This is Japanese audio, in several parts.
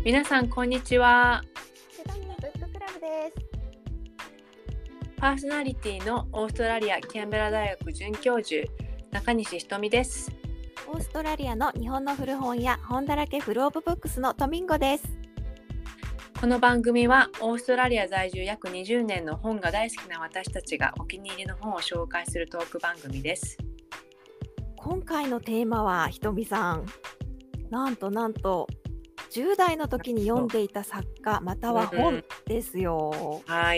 皆さんこんにちは。 セドニアブッククラブです。 パーソナリティのオーストラリアキャンベラ大学准教授中西ひとみです。 オーストラリアの日本の古本屋本だらけフルオブブックスのトミンゴです。 この番組はオーストラリア在住約20年の本が大好きな私たちがお気に入りの本を紹介するトーク番組です。 今回のテーマはひとみさん、なんと10代の時に読んでいた作家または本ですよ。 はい。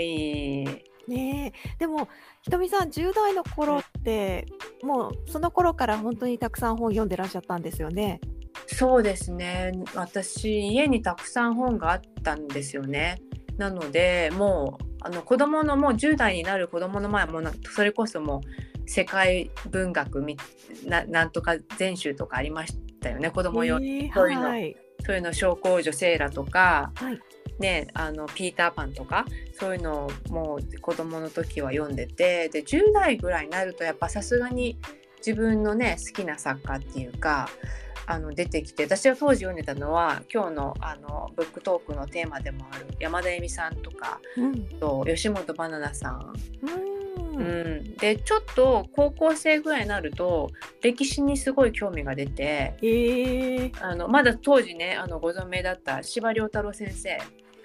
ねえ、でもひとみさん10代の頃ってもうその頃から本当にたくさん本読んでらっしゃったんですよね。 そうですね。私家にたくさん本があったんですよね。なのでもう子供のもう10代になる子供の前もそれこそもう世界文学なんとか全集とかありましたよね。子供用に、そういうの小公女セーラとか、ね、ピーターパンとかそういうのをもう子供の時は読んでて、で10代ぐらいになるとやっぱさすがに自分のね好きな作家っていうか出てきて、私は当時読んでたのは今日のブックトークのテーマでもある山田恵美さんとか、と吉本ばななさん、でちょっと高校生ぐらいになると歴史にすごい興味が出て、まだ当時ねご存命だった司馬遼太郎先生、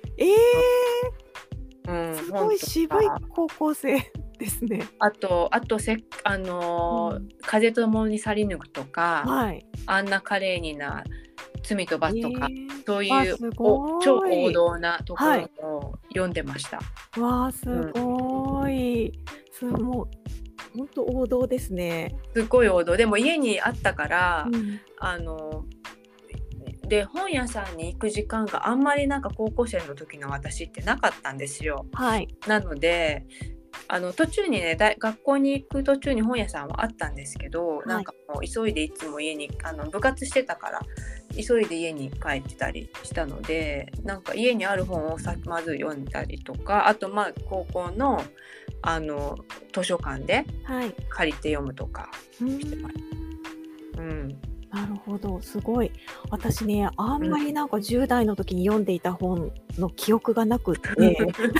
すごい渋い高校生ですね。 あと風と共に去りぬくとか、アンナ・カレーニナ罪と罰とか、そういう超王道なところを読んでました。 わあ、すごい、もう本当王道ですね。 すごい王道でも家にあったから、で本屋さんに行く時間があんまりなんか高校生の時の私ってなかったんですよ。なので途中にね学校に行く途中に本屋さんはあったんですけど、なんかもう急いでいつも家に部活してたから急いで家に帰ってたりしたので、なんか家にある本をまず読んだりとか、あと高校の図書館で借りて読むとかしてました。 なるほど、すごい。私ね、あんまりなんか10代の時に読んでいた本の記憶がなくって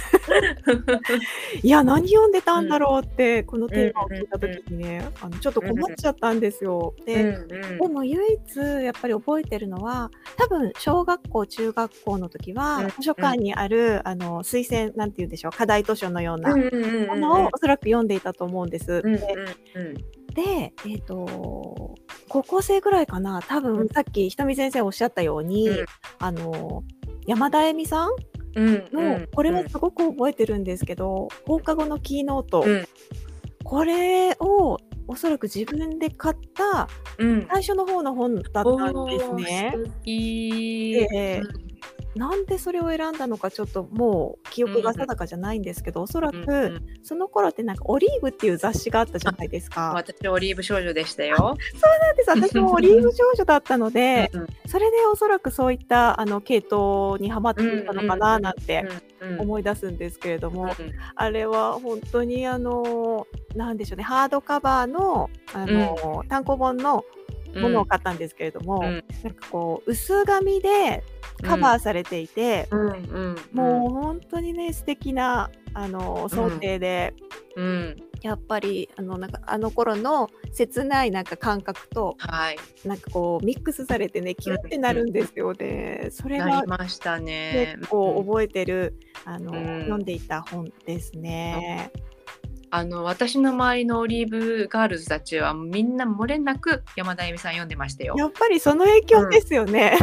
いや何読んでたんだろうって、このテーマを聞いた時にね、ちょっと困っちゃったんですよ。でも唯一やっぱり覚えてるのは、多分小学校中学校の時は図書館にある推薦なんて言うんでしょう、課題図書のようなものをおそらく読んでいたと思うんです。で、高校生ぐらいかな、多分さっきひとみ先生おっしゃったように、山田恵美さんの、これはすごく覚えてるんですけど、放課後のキーノート、これをおそらく自分で買った最初の方の本だったんですね。でなんでそれを選んだのかちょっともう記憶が定かじゃないんですけど、おそらくその頃ってなんかオリーブっていう雑誌があったじゃないですか。 私オリーブ少女でしたよ。 そうなんです。私もオリーブ少女だったので、それでおそらくそういった系統にはまっていたのかななんて思い出すんですけれども、あれは本当になんでしょうね、ハードカバーの単行本のものを買ったんですけれども、なんかこう薄紙でカバーされていて、もう本当にね素敵な想定で、やっぱりなんか頃の切ないなんか感覚と、なんかこうミックスされてねキュッてなるんですよね。それが結構覚えてる読んでいた本ですね。 私の周りのオリーブガールズたちはみんな漏れなく山田恵美さん読んでましたよ。 やっぱりその影響ですよね。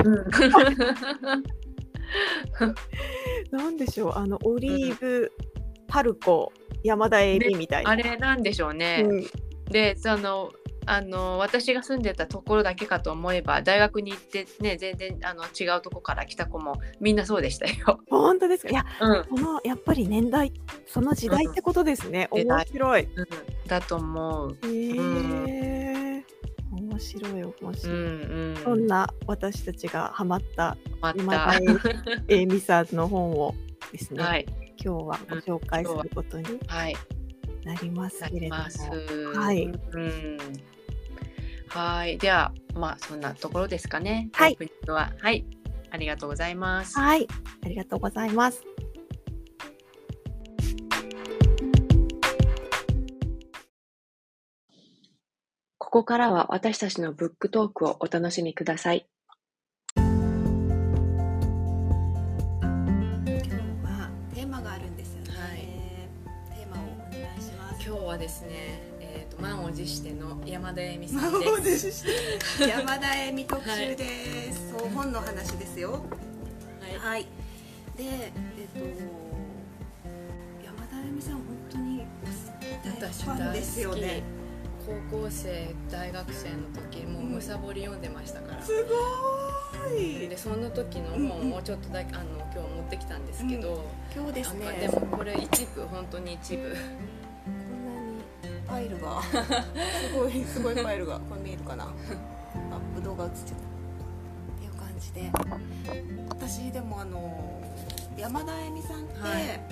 なんでしょう、オリーブ、パルコ、山田恵美みたいな。 あれなんでしょうね。で私が住んでたところだけかと思えば大学に行ってね、全然違うとこから来た子もみんなそうでしたよ。 本当ですか。いや、やっぱり年代、その時代ってことですね。面白い。 だと思う。 面白い。そんな私たちがハマった山田恵美さんの本をですね、今日はご紹介することになりますけれども。 はい、ではそんなところですかね。 ありがとうございます。 はい、ありがとうございます。 ここからは私たちのブックトークをお楽しみください。 今日はテーマがあるんですよね。はい、テーマをお願いします。 今日はですね、満を持しての山田恵美さんです。 満を持して山田恵美特集です。そう、本の話ですよ。はい。で、山田恵美さん本当に大ファンですよね。 高校生、大学生の時もうむさぼり読んでましたから。 すごい。 でその時の本をちょっとだけ今日持ってきたんですけど、 今日ですね。 でもこれ一部、本当に一部。 こんなにファイルがすごいファイルがこれ見えるかな。ぶどうが映っちゃったっていう感じで、私でも山田恵美さんって、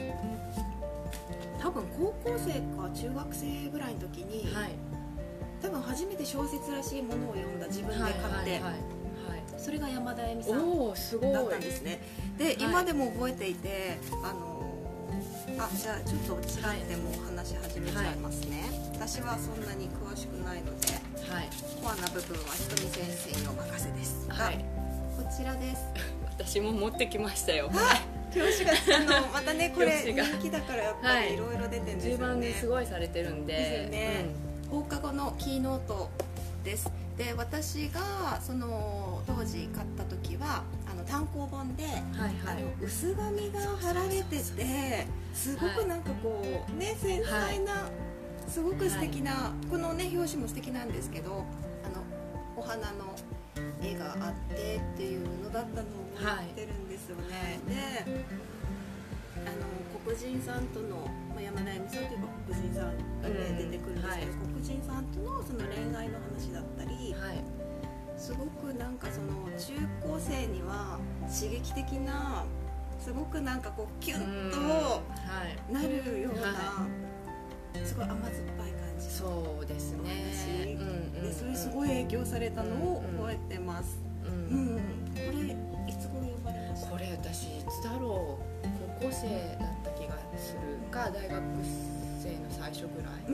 多分高校生か中学生ぐらいの時に、多分初めて小説らしいものを読んだ、自分で買って、それが山田恵美さんだったんですね。で、今でも覚えていて、じゃあちょっとちらっともう話し始めちゃいますね。私はそんなに詳しくないので、コアな部分はひとみ先生にお任せですが、こちらです。 私も持ってきましたよ。 表紙がまたね、これ人気だからやっぱりいろいろ出てるんですよね。 10番ですごいされてるんで。 ですよね。放課後のキーノートです。で、私がその当時買った時は単行本で、薄紙が貼られてて、すごくなんかこうね、繊細な、すごく素敵な、このね表紙も素敵なんですけど、お花の絵があってっていうのだったのを覚えてるんですよね。で、黒人さんとの、山田恵美さんというか黒人さんが、出てくるんですけど、黒人さんとのその恋愛の話だったり、すごくなんかその中高生には刺激的な、すごくなんかこうキュンとなるような、すごい甘酸っぱい感じ。 そうですね。 で、それすごい影響されたのを覚えてます。これいつ頃読まれました？ これ私いつだろう、高校生だった気がするか、大学生の最初ぐらい。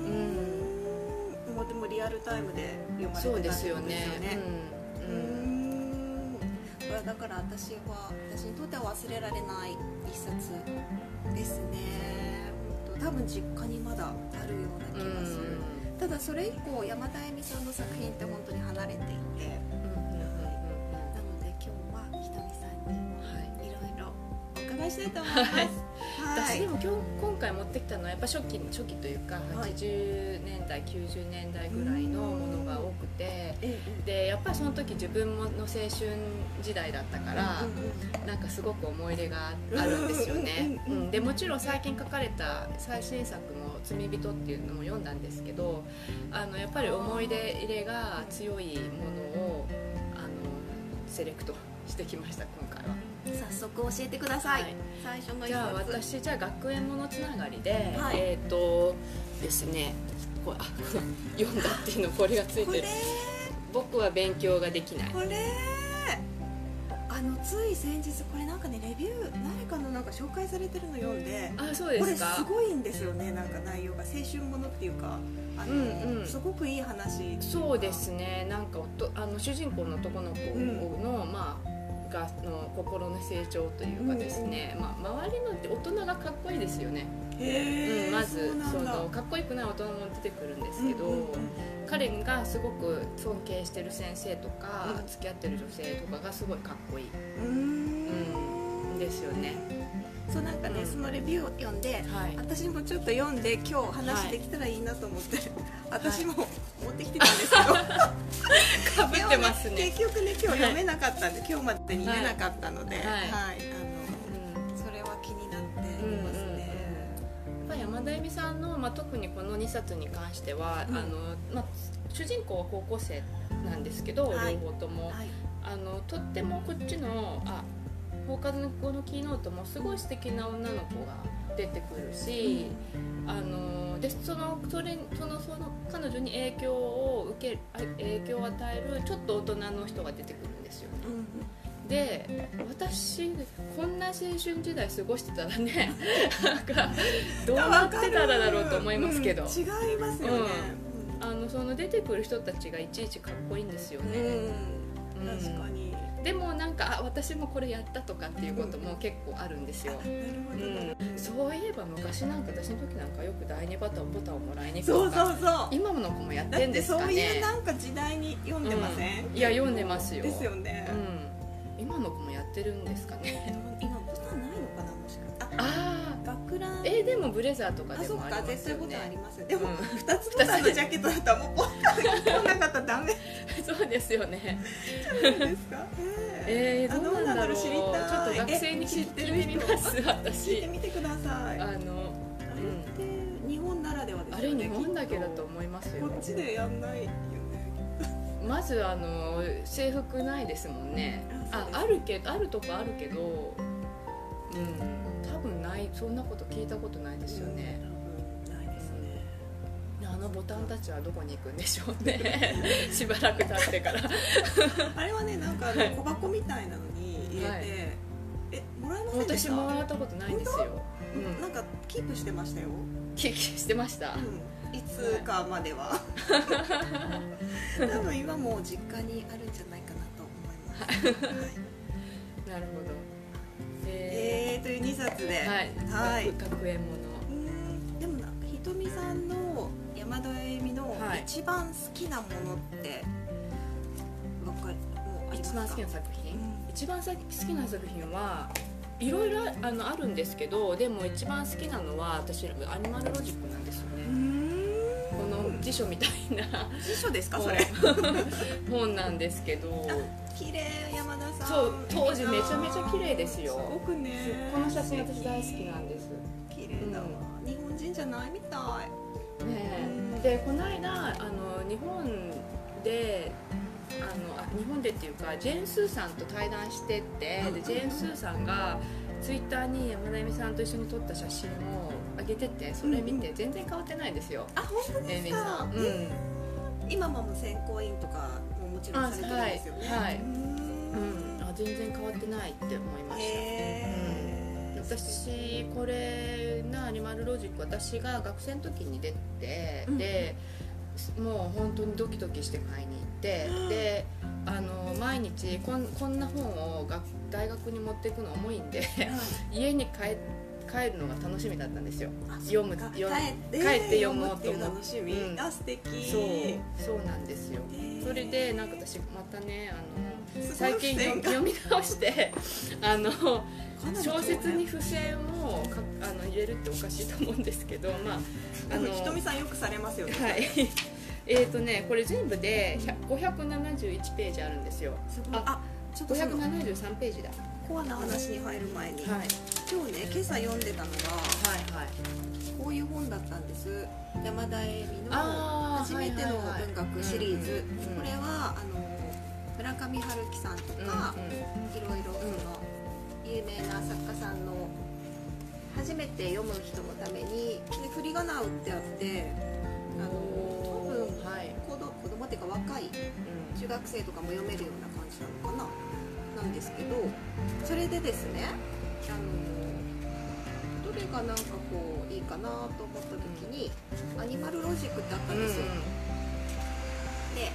もうでもリアルタイムで読まれてたんですよね。これはだから私にとっては忘れられない一冊ですね。多分実家にまだあるような気がする。ただそれ以降山田恵美さんの作品って本当に離れていて、なので今日はひとみさんにいろいろお伺いしたいと思います。 私でも今回持ってきたのはやっぱ初期というか80年代90年代ぐらいのものが多くて、でやっぱりその時自分の青春時代だったから、なんかすごく思い入れがあるんですよね。でもちろん最近書かれた最新作の「罪人」っていうのも読んだんですけど、やっぱり思い入れが強いものをセレクトしてきました、今回は。 早速教えてください。最初の一冊。 じゃあ学園ものつながりで、ですね、読んだっていうの、これがついてる。僕は勉強ができない。 これつい先日これなんかね、レビュー誰かのなんか紹介されてるの読んで、 そうですか。 これすごいんですよね。なんか内容が青春ものっていうか、すごくいい話。 そうですね。なんか主人公の男の子のの心の成長というかですね、周りの大人がかっこいいですよね。まずそのかっこよくない大人も出てくるんですけど、彼がすごく尊敬してる先生とか、付き合ってる女性とかがすごいかっこいいですよね。 そう、なんかね、そのレビューを読んで、私もちょっと読んで今日話できたらいいなと思って、私も持ってきてたんですけど、 かぶってますね。 結局ね、今日読めなかったんで、今日までに読めなかったので、それは気になっていますね。 山田恵美さんの、特にこの2冊に関しては、主人公は高校生なんですけど、両方とも、とってもこっちの放課後のキーノートもすごい素敵な女の子が出てくるし、でその彼女に影響を与えるちょっと大人の人が出てくるんですよね。で私こんな青春時代過ごしてたらねなんかどうなってたらだろうと思いますけど、 違いますよね、 その出てくる人たちがいちいちかっこいいんですよね、 確かに。 でもなんか私もこれやったとかっていうことも結構あるんですよ、そういえば昔なんか私の時なんかよく第2ボタンをもらいに行くとか、今の子もやってんですかね。 だってそういうなんか時代に読んでません？ いや読んでますよ。 ですよね、 今の子もやってるんですかね。 今ボタンないのかな、もしかして。学ラン。 でもブレザーとかでもありますよね。 絶対ボタンありますよ。でも2つボタンのジャケットだったらもうボタンが来なかったらダメ。 そうですよね。 じゃないですか。 どうなんだろう。 知りたい。 ちょっと学生に聞いてみます。私。 聞いてみてください。あれって日本ならではですよね。 あれ日本だけだと思いますよ。 こっちでやんないよね。 まず制服ないですもんね。あるとこあるけど、多分ない、そんなこと聞いたことないですよね。 ないですね。 ボタンたちはどこに行くんでしょうね。しばらく経ってから。 あれはね、なんか小箱みたいなのに入れて、もらえませんでした？ 私もらったことないんですよ。 なんかキープしてましたよ。 キープしてました。 いつかまでは。多分今も実家にあるんじゃないかなと思います。 なるほど。 という2冊で、 学園もの。でもひとみさんの山田栄美の一番好きなものって一番好きな作品？一番好きな作品はいろいろあるんですけど、でも一番好きなのは私アニマルロジックなんですよね。この辞書みたいな辞書ですかそれ？ 本なんですけど。 綺麗、山田さん。 そう、当時めちゃめちゃ綺麗ですよ。 すごくね。 この写真私大好きなんです。 綺麗だわ。日本人じゃないみたい。 ね。でこの間日本でっていうかジェーン・スーさんと対談してて、でジェーン・スーさんがツイッターに山田恵美さんと一緒に撮った写真を上げてて、それ見て全然変わってないんですよ。 本当ですか？今も選考委員とかももちろんされてるんですよね。 全然変わってないって思いました。私これのアニマルロジック、私が学生の時に出て、でもう本当にドキドキして買いに行って、で毎日こんな本を大学に持っていくの重いんで、家に帰るのが楽しみだったんですよ。帰って読もうと思って。 素敵。 そうなんですよ。それでなんか私またね最近読み直して小説に付箋を入れるっておかしいと思うんですけど、 ひとみさんよくされますよね。 はい。これ全部で571ページあるんですよ。ちょっと573ページだ。 コアな話に入る前に、今日ね今朝読んでたのが、こういう本だったんです。山田栄美の初めての文学シリーズ。これは村上春樹さんとかいろいろ有名な作家さんの初めて読む人のために振り仮名打ってあって、多分子供っていうか若い中学生とかも読めるような感じなのかな、なんですけど、それでですね、どれがなんかこういいかなと思った時にアニマルロジックってあったんですよ。で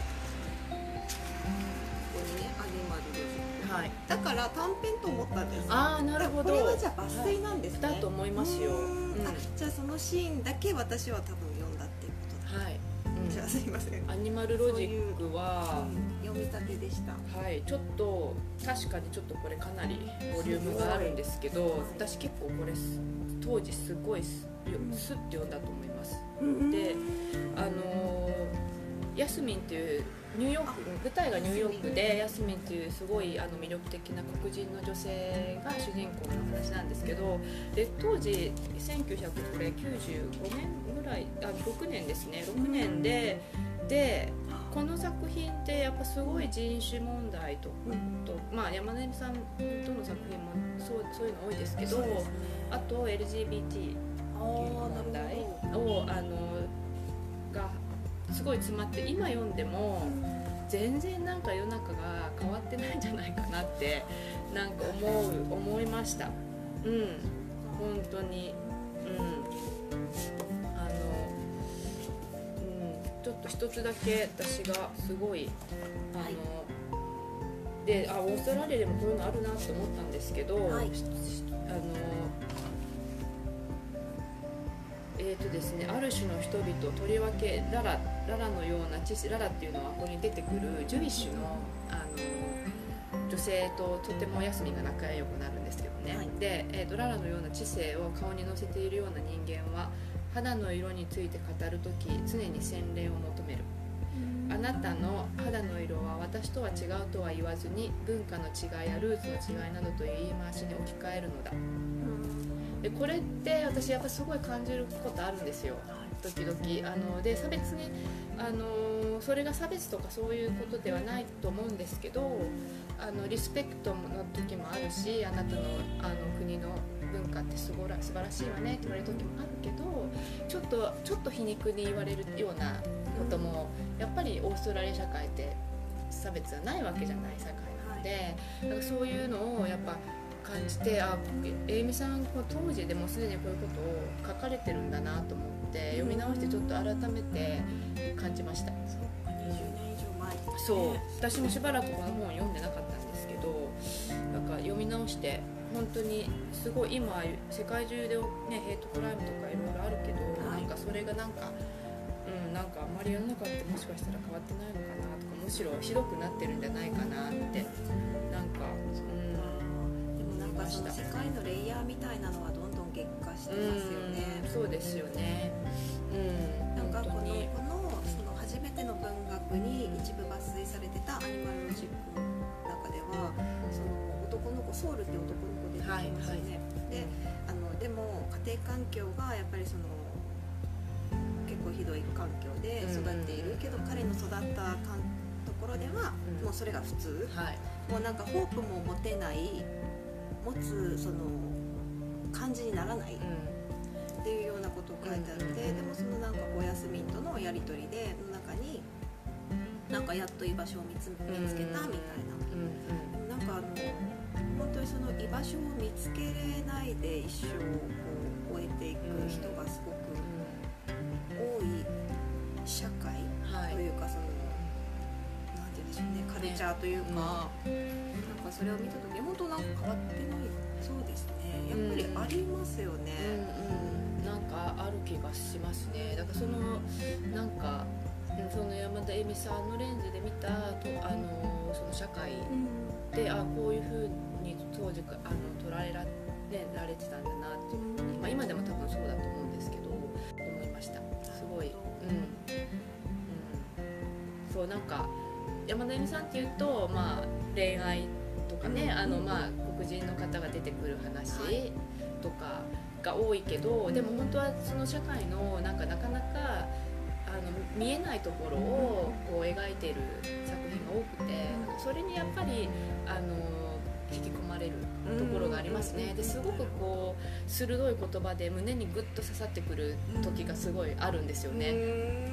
ここにねアニマルロジック、だから短編と思ったんです。 なるほど。 これはじゃあ抜粋なんですね。 だと思いますよ。 じゃあそのシーンだけ私は多分読んだっていうことだ。じゃあすいません。 アニマルロジックは読みたてでした。 ちょっと確かにちょっとこれかなりボリュームがあるんですけど、私結構これ当時すごいスッて読んだと思います。でヤスミンっていうニューヨーク、舞台がニューヨークでヤスミンっていうすごい魅力的な黒人の女性が主人公の話なんですけど、で当時1995年ぐらい6年ですね、6年でこの作品ってやっぱすごい人種問題と、まあ山根さんとの作品もそういうの多いですけど、あと LGBT 問題をがすごい詰まって、今読んでも全然なんか世の中が変わってないんじゃないかなってなんか思いました。本当に、ちょっと一つだけ私がすごいでオーストラリアでもこういうのあるなと思ったんですけど、ですね、ある種の人々、とりわけララのような知性、ララっていうのはここに出てくるジュイッシュの、女性ととてもヤスミンが仲良くなるんですけどね、で、ララのような知性を顔に乗せているような人間は肌の色について語るとき常に洗練を求める。あなたの肌の色は私とは違うとは言わずに文化の違いやルーツの違いなどという言い回しに置き換えるのだ。でこれって私やっぱすごい感じることあるんですよ、時々。で差別にそれが差別とかそういうことではないと思うんですけど、リスペクトの時もあるし、あなたの国の文化って素晴らしいわねって言われる時もあるけど、ちょっと皮肉に言われるようなこともやっぱりオーストラリア社会って差別はないわけじゃない社会なので、だからそういうのをやっぱ感じて、エイミさん当時でもすでにこういうことを書かれてるんだなと思って読み直してちょっと改めて感じました。 そうか、20年以上前ですね。 そう、私もしばらくこの本を読んでなかったんですけど、なんか読み直して本当にすごい今世界中で、ね、ヘイトクライムとかいろいろあるけど、なんかそれがなんかあんまり世の中ってもしかしたら変わってないのかなとか、むしろひどくなってるんじゃないかなってなんか、 でもなんかその世界のレイヤーみたいなのはどんどん激化してますよね。 そうですよね。 なんかこのその初めての文学に一部抜粋されてたアニマルロジックの中では、その男の子ソウルって男の子出てきますよね。でも家庭環境がやっぱりその結構ひどい環境で育っているけど、彼の育ったところではもうそれが普通、もうなんかホープも持てない、持つその感じにならないっていうようなことを書いてあって、でもそのなんかこうヤスミンとのやり取りでの中になんかやっと居場所を見つけたみたいな、なんか本当にその居場所を見つけれないで一生を終えていく人がすごく多い社会というか、そのなんて言うんでしょうね、カルチャーというか、なんかそれを見た時本当なんか変わってない。そうですね、やっぱりありますよね。 なんかある気がしますね。だからそのなんかその山田恵美さんのレンズで見たその社会で、こういう風に当時捉えられてたんだなっていう風に、今でも多分そうだと思うんですけど思いました。すごい、そう、なんか山田恵美さんっていうと、恋愛とかね、黒人の方が出てくる話とかが多いけど、でも本当はその社会のなかなか見えないところをこう描いている作品が多くて、それにやっぱり引き込まれるところがありますね。ですごくこう鋭い言葉で胸にグッと刺さってくる時がすごいあるんですよね。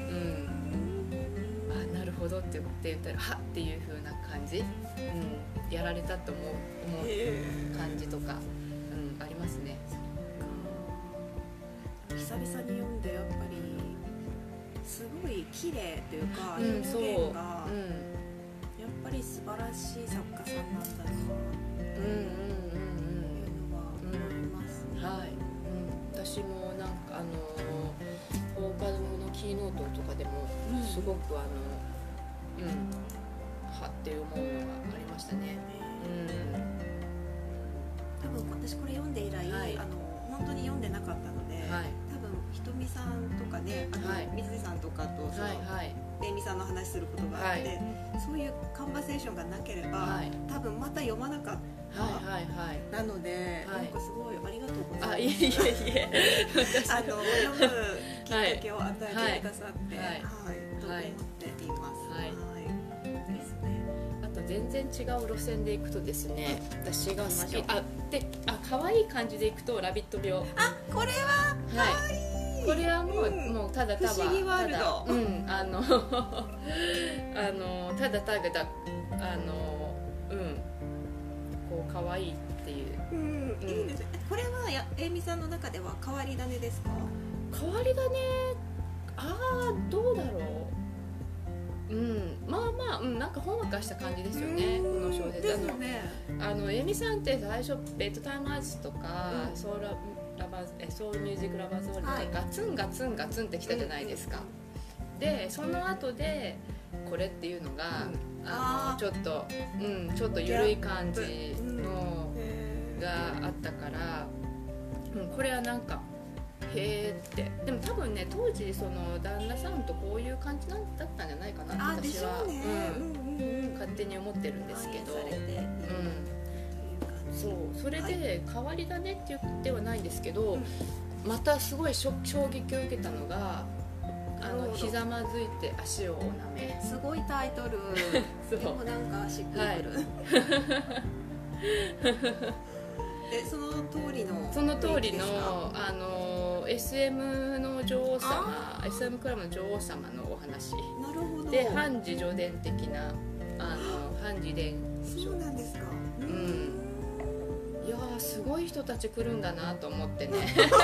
なるほどって言ったらはっていう風な感じ、やられたと思う感じとか、ありますね。 久々に読んでやっぱりすごい綺麗というか、表現がやっぱり素晴らしい作家さんなんだなっていうのは思いますね。 私もなんかフォーカルのキーノートとかでもすごくはって思うのがありましたね。 多分私これ読んで以来、本当に読んでなかったので、多分ひとみさんとかね、水出さんとかとそのレイミさんの話することがあって、そういうカンバセーションがなければ、多分また読まなかった、なので、なんかすごいありがとうございます。読むきっかけを与えてくださって、と思っています。 ですね。 あと全然違う路線で行くとですね、私が好き可愛い感じで行くとラビット病。 これは可愛い。 これはもうただただ不思議ワールド。 ただこう可愛いっていう。 いいですね。これはえいみさんの中では変わり種ですか？ 変わり種、どうだろう。なんかほんわかした感じですよね、この小説。 ですね。 えみさんって最初ベッドタイムアイズとか、ソウルミュージックラバーズオールとか、ガツンガツンガツンってきたじゃないですか。でその後でこれっていうのが、ちょっと緩い感じのがあったから、これはなんかへーって。でも多分ね、当時その旦那さんとこういう感じだったんじゃないかなって私は勝手に思ってるんですけど、それで変わりだねって言ってはないんですけど、またすごい衝撃を受けたのが、ひざまずいて足をおなめ。 すごいタイトル。でもなんかしっくりくる。その通りのSM の女王様、SM クラブの女王様のお話。 なるほど。 でハンジ女伝的なハンジ伝。 そうなんですか。 いやー、すごい人たち来るんだなと思ってね。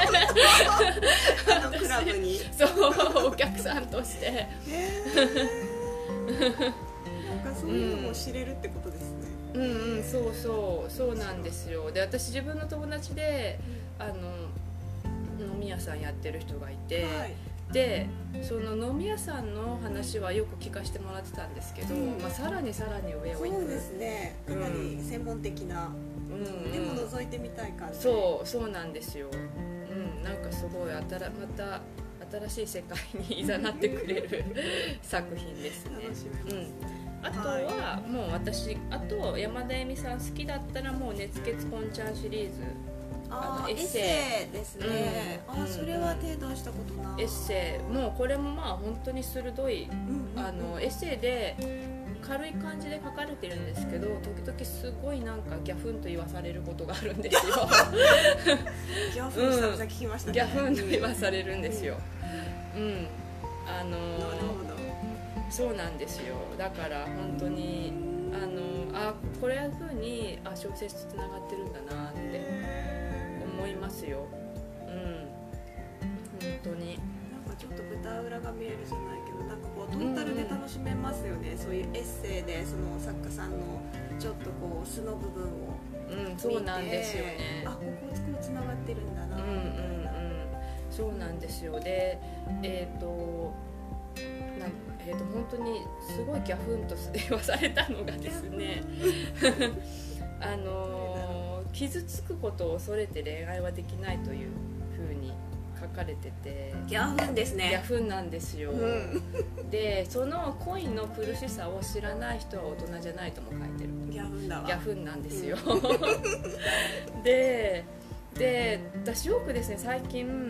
クラブに。 そう、お客さんとして。 なんかそういうのも知れるってことですね。 そうなんですよ。で、私自分の友達で飲み屋さんやってる人がいて、でその飲み屋さんの話はよく聞かせてもらってたんですけど、さらに上を行く。 そうですね。かなり専門的な。でも覗いてみたい感じ。 そうなんですよ。なんかすごいまた新しい世界にいざなってくれる作品ですね。あとはもうあと山田恵美さん好きだったらもう熱血こんちゃんシリーズ、 エッセイですね。それは手出したことない。 エッセイ、もうこれも本当に鋭い、エッセイで軽い感じで書かれてるんですけど、時々すごいなんかギャフンと言わされることがあるんですよ。 ギャフン久々聞きましたね。 ギャフンと言わされるんですよ。 なるほど。 そうなんですよ。だから本当にこれいう風に小説とつながってるんだなって思いますよ。本当に。 なんかちょっと舞台裏が見えるじゃないけど、なんかこうトータルで楽しめますよね。そういうエッセイでその作家さんのちょっとこう素の部分を見て、 そうなんですよね。 ここつながってるんだな。 そうなんですよ。で、本当にすごいギャフンと言わされたのがですね、傷つくことを恐れて恋愛はできないという風に書かれてて、 ギャフンですね。 ギャフンなんですよ。でその恋の苦しさを知らない人は大人じゃないとも書いてる。 ギャフンだわ。 ギャフンなんですよ。で私よくですね、最近、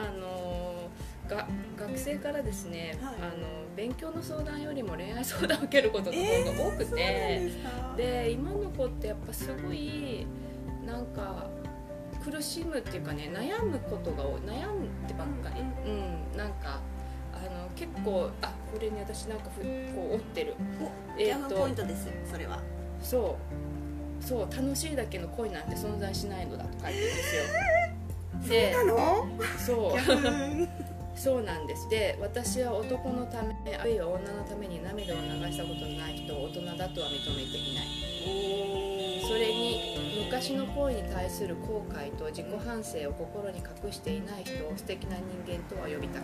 学生からですね、勉強の相談よりも恋愛相談を受けることの方が多くて、で今の子ってやっぱすごいなんか苦しむっていうかね、悩むことが多い、悩んでばっかり、なんか結構これね、私なんかこう折ってるギャフンポイントですよ、それは。 そう楽しいだけの恋なんて存在しないのだと書いてるんですよ。 で、 そうなんです。で、私は男のためあるいは女のために涙を流したことのない人を大人だとは認めていない。それに昔の恋に対する後悔と自己反省を心に隠していない人を素敵な人間とは呼びたく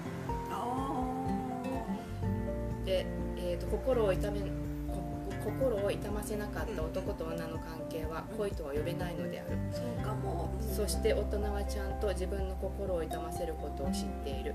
ない。で、心を痛ませなかった男と女の関係は恋とは呼べないのである。 そうかも。 そして大人はちゃんと自分の心を痛ませることを知っている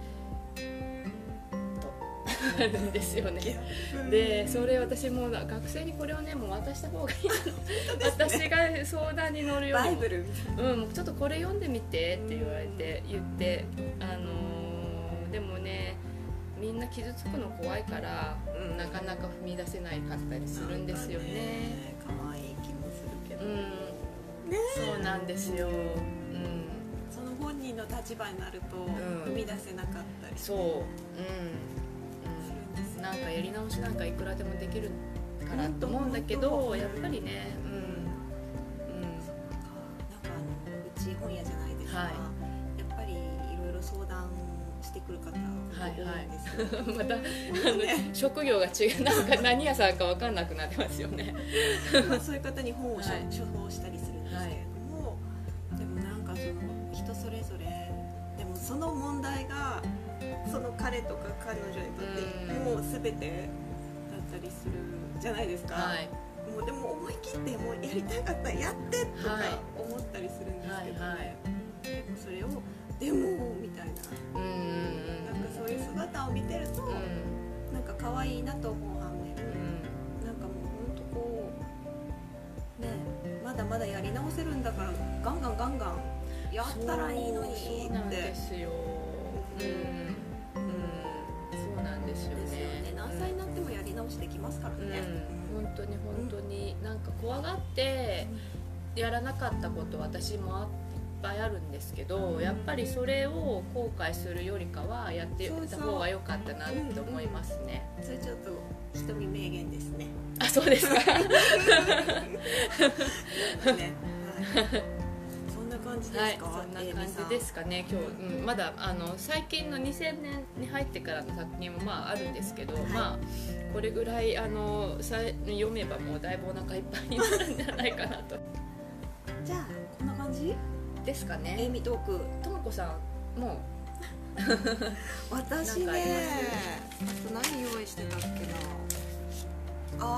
となるんですよね。でそれ私も学生にこれをねもう渡した方がいいの。私が相談に乗るよりもバイブルみたいな、 ちょっとこれ読んでみてって言って、でもねみんな傷つくの怖いから、なかなか踏み出せないかったりするんですよね。 可愛い気もするけど、 そうなんですよ。 その本人の立場になると踏み出せなかったり、 そう、なんかやり直しなんかいくらでもできるからと思うんだけど、やっぱりね、 うち本屋じゃないですか、やっぱりいろいろ相談してくる方多いんですよ。 また職業が違う、なんか何屋さんか分かんなくなってますよね。 そういう方に本を処方したりするんですけれども、でもなんかその人それぞれ、でもその問題がその彼とか彼女にとってもう全てだったりするじゃないですか。もうでも思い切ってもうやりたかったらやってとか思ったりするんですけどね。でもそれをでもみたいな、なんかそういう姿を見てると、なんか可愛いなと思う反面、なんかもう本当こうね、まだまだやり直せるんだからガンガンやったらいいのにって。 そうなんですよ。そうなんですよね。 何歳になってもやり直しできますからね。 本当になんか怖がってやらなかったこと私もいっぱいあるんですけど、やっぱりそれを後悔するよりかはやってた方が良かったなって思いますね。 それちょっと瞳名言ですね。 あ、そうですか。 そんな感じですか。 そんな感じですかね。今日、まだ最近の2000年に入ってからの作品もまああるんですけど、まあこれぐらい読めばもうだいぶお腹いっぱいになるんじゃないかなと。 じゃあこんな感じですかね。 エイミトーク。 ともこさんも私ね、あと何用意してたっけな。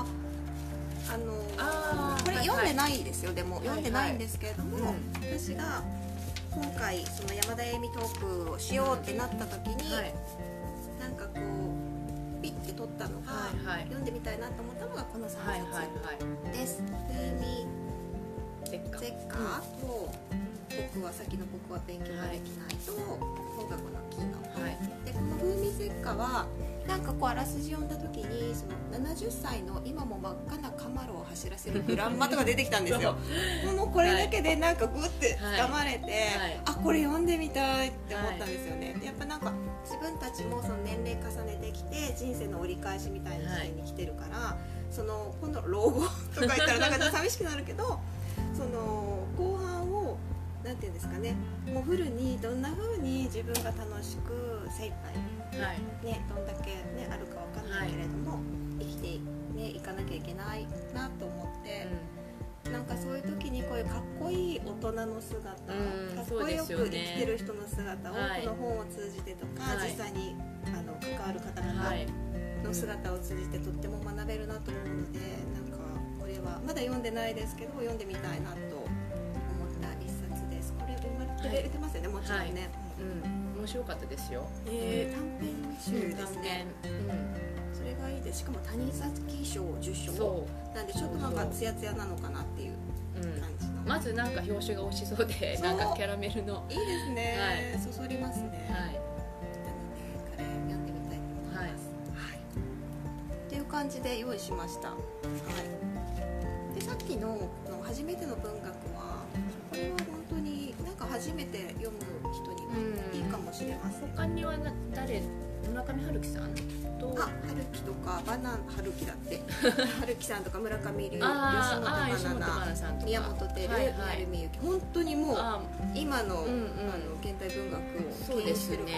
これ読んでないですよ。でも読んでないんですけれども、私が今回その山田エイミトークをしようってなった時に、なんかこうピッて取ったのが、読んでみたいなと思ったのがこの3冊です。エイミゼッカーと僕は先の僕は勉強ができないと音楽の木の、でこの風味ゼッカはなんかこうあらすじ読んだ時にその70歳の今も真っ赤なカマロを走らせるグランマとか出てきたんですよ。もうこれだけでなんかグッて掴まれて、あ、これ読んでみたいって思ったんですよね。でやっぱなんか自分たちもその年齢重ねてきて人生の折り返しみたいな時点に来てるから、その今度老後とか言ったらなんかちょっと寂しくなるけどその後半をなんていうんですかね、もうフルにどんな風に自分が楽しく精一杯、ね、どんだけ、ね、あるかわかんないけれども、生きて、ね、いかなきゃいけないなと思って、なんかそういう時にこういうかっこいい大人の姿、かっこよく生きてる人の姿をこの本を通じてとか、実際に関わる方々の姿を通じてとっても学べるなと思うので、なんかこれはまだ読んでないですけど読んでみたいなと思った一冊です。これ売れてますよね、もちろんね。 面白かったですよ。 短編集ですね。それがいいです。しかも谷崎賞受賞なんでちょっとなんかツヤツヤなのかなっていう感じの。 まずなんか表紙が美味しそうで、なんかキャラメルのいいですね。そそりますね。なのでこれ読んでみたいと思います。っていう感じで用意しました。でさっきの初めての文学はこれは本当になんか初めて読む人にはいいかもしれません。 他には誰？村上春樹さんと春樹とか春樹だって春樹さんとか村上龍、吉本ばなな、宮本照、宮部みゆき、本当にもう今の現代文学を牽引してる方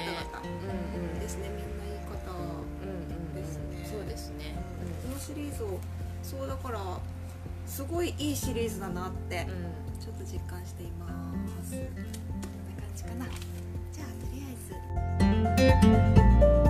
々ですね。みんないい方ですね。 そうですね。 このシリーズをそうだからすごいいいシリーズだなってちょっと実感しています。こんな感じかな。じゃあとりあえず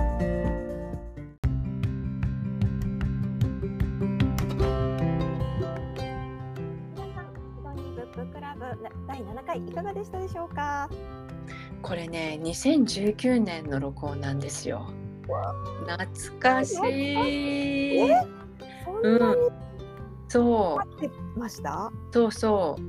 第7回いかがでしたでしょうか。 これね、2019年の録音なんですよ。懐かしい。 そんなにそう待ってました。 そう。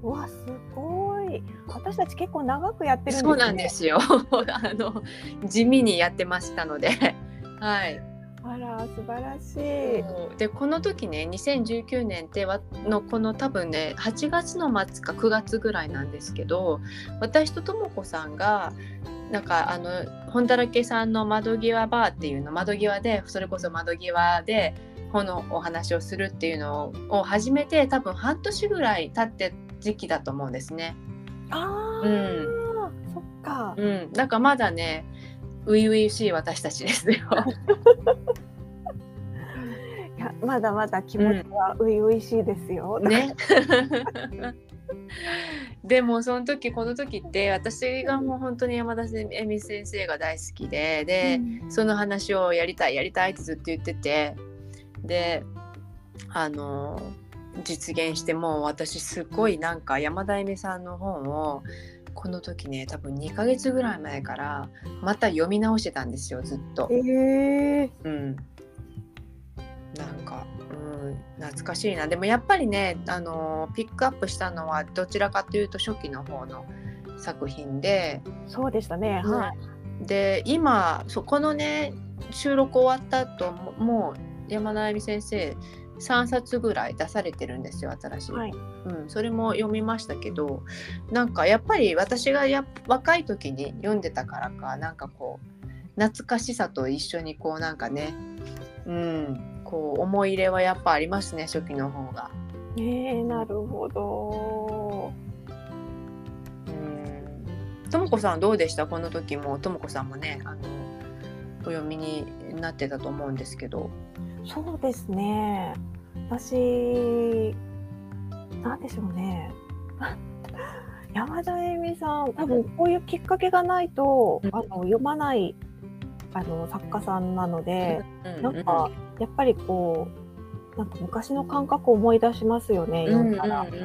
わ、すごい。私たち結構長くやってるんですね。 そうなんですよ。地味にやってましたのではい。 あら素晴らしい。 でこの時ね2019年ってのこの多分ね8月の末か9月ぐらいなんですけど、私とともこさんがなんか本だらけさんの窓際バーっていうの、窓際でそれこそ窓際で本のお話をするっていうのを始めて多分半年ぐらい経って時期だと思うんですね。 そっか。 だからまだね初々しい私たちですよ。 いやまだまだ気持ちは初々しいですよ。 ね。でもその時この時って私がもう本当に山田恵美先生が大好きで、その話をやりたいってずっと言ってて、で実現して、もう私すごいなんか山田恵美さんの本をこの時ね多分2ヶ月ぐらい前からまた読み直してたんですよ、ずっと。なんか、懐かしいな。でもやっぱりねピックアップしたのはどちらかというと初期の方の作品で。 そうでしたね。 で今そこのね収録終わった後もう山田恵美先生3冊ぐらい出されてるんですよ、新しい。それも読みましたけど、なんかやっぱり私が若い時に読んでたからか、なんかこう懐かしさと一緒にこうなんかね、こう思い入れはやっぱありますね、初期の方が。 なるほど。 ともこさんどうでした？この時もともこさんもねお読みになってたと思うんですけど。 そうですね、私なんでしょうね山田恵美さん多分こういうきっかけがないと、読まない作家さんなので、なんかやっぱりこうなんか昔の感覚を思い出しますよね、読んだら。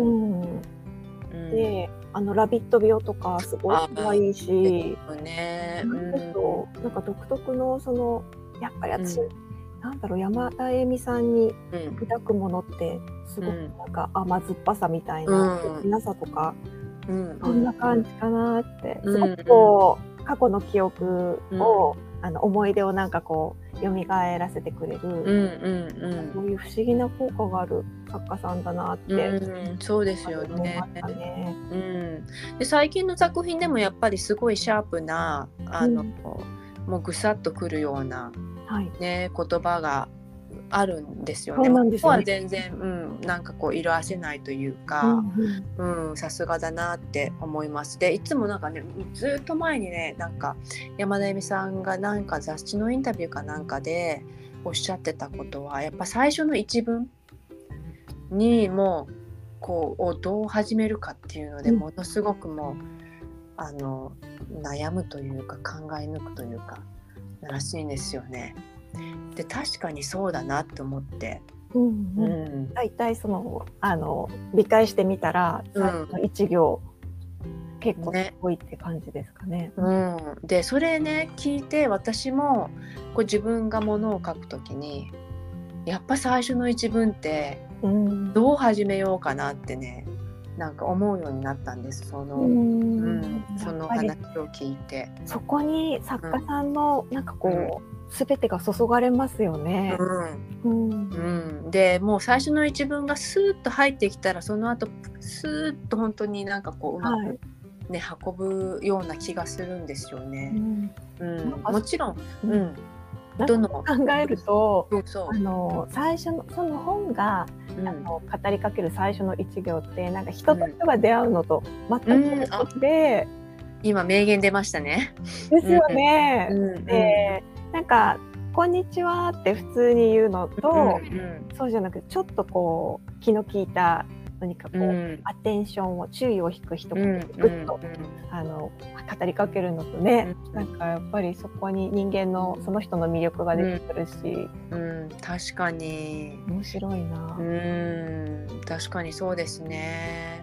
でラビット病とかすごい可愛いし、なんか独特のそのやっぱり私、なんだろう、山田恵美さんに抱くものってすごくなんか甘酸っぱさみたいな皆さとか、そんな感じかなって、すごくこう過去の記憶を、思い出をなんかこう蘇らせてくれる、そういう不思議な効果がある作家さんだなって、 そうですよね。で最近の作品でもやっぱりすごいシャープなもうぐさっとくるような、言葉があるんですよね。ここは全然、なんかこう色あせないというか、さすがだなって思います。でいつもなんかねずっと前にねなんか山田恵美さんがなんか雑誌のインタビューかなんかでおっしゃってたことは、やっぱ最初の一文にもうこうどう始めるかっていうのでものすごくもう悩むというか考え抜くというからしいんですよね。で確かにそうだなって思って、 だいたいその理解してみたら最初の一行、結構すごいって感じですかね。 でそれね聞いて私もこう自分がものを書くときにやっぱ最初の一文ってどう始めようかなってねなんか思うようになったんです。その話を聞いて、 そこに作家さんのなんかこう、全てが注がれますよね。 でもう最初の一文がスーッと入ってきたらその後スーッと本当になんかこううまく、運ぶような気がするんですよね。もちろん、 どの考えると最初のその本が語りかける最初の一行ってなんか人と人が出会うのと全く一緒で、 今名言出ましたね。 ですよね。でなんかこんにちはって普通に言うのと、そうじゃなくてちょっとこう気の利いた何かこう、アテンションを注意を引く一言でグッと語りかけるのとね、なんかやっぱりそこに人間のその人の魅力が出てくるし、 確かに面白いな。 確かにそうですね。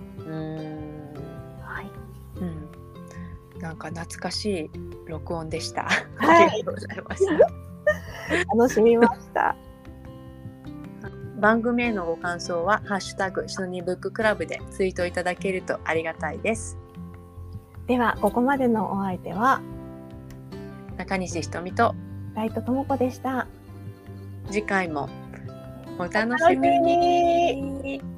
なんか懐かしい録音でした。ありがとうございます。 楽しみました。 番組へのご感想はハッシュタグシノニーブッククラブでツイートいただけるとありがたいです。 ではここまでのお相手は中西ひとみとライトともこでした。 次回もお楽しみに。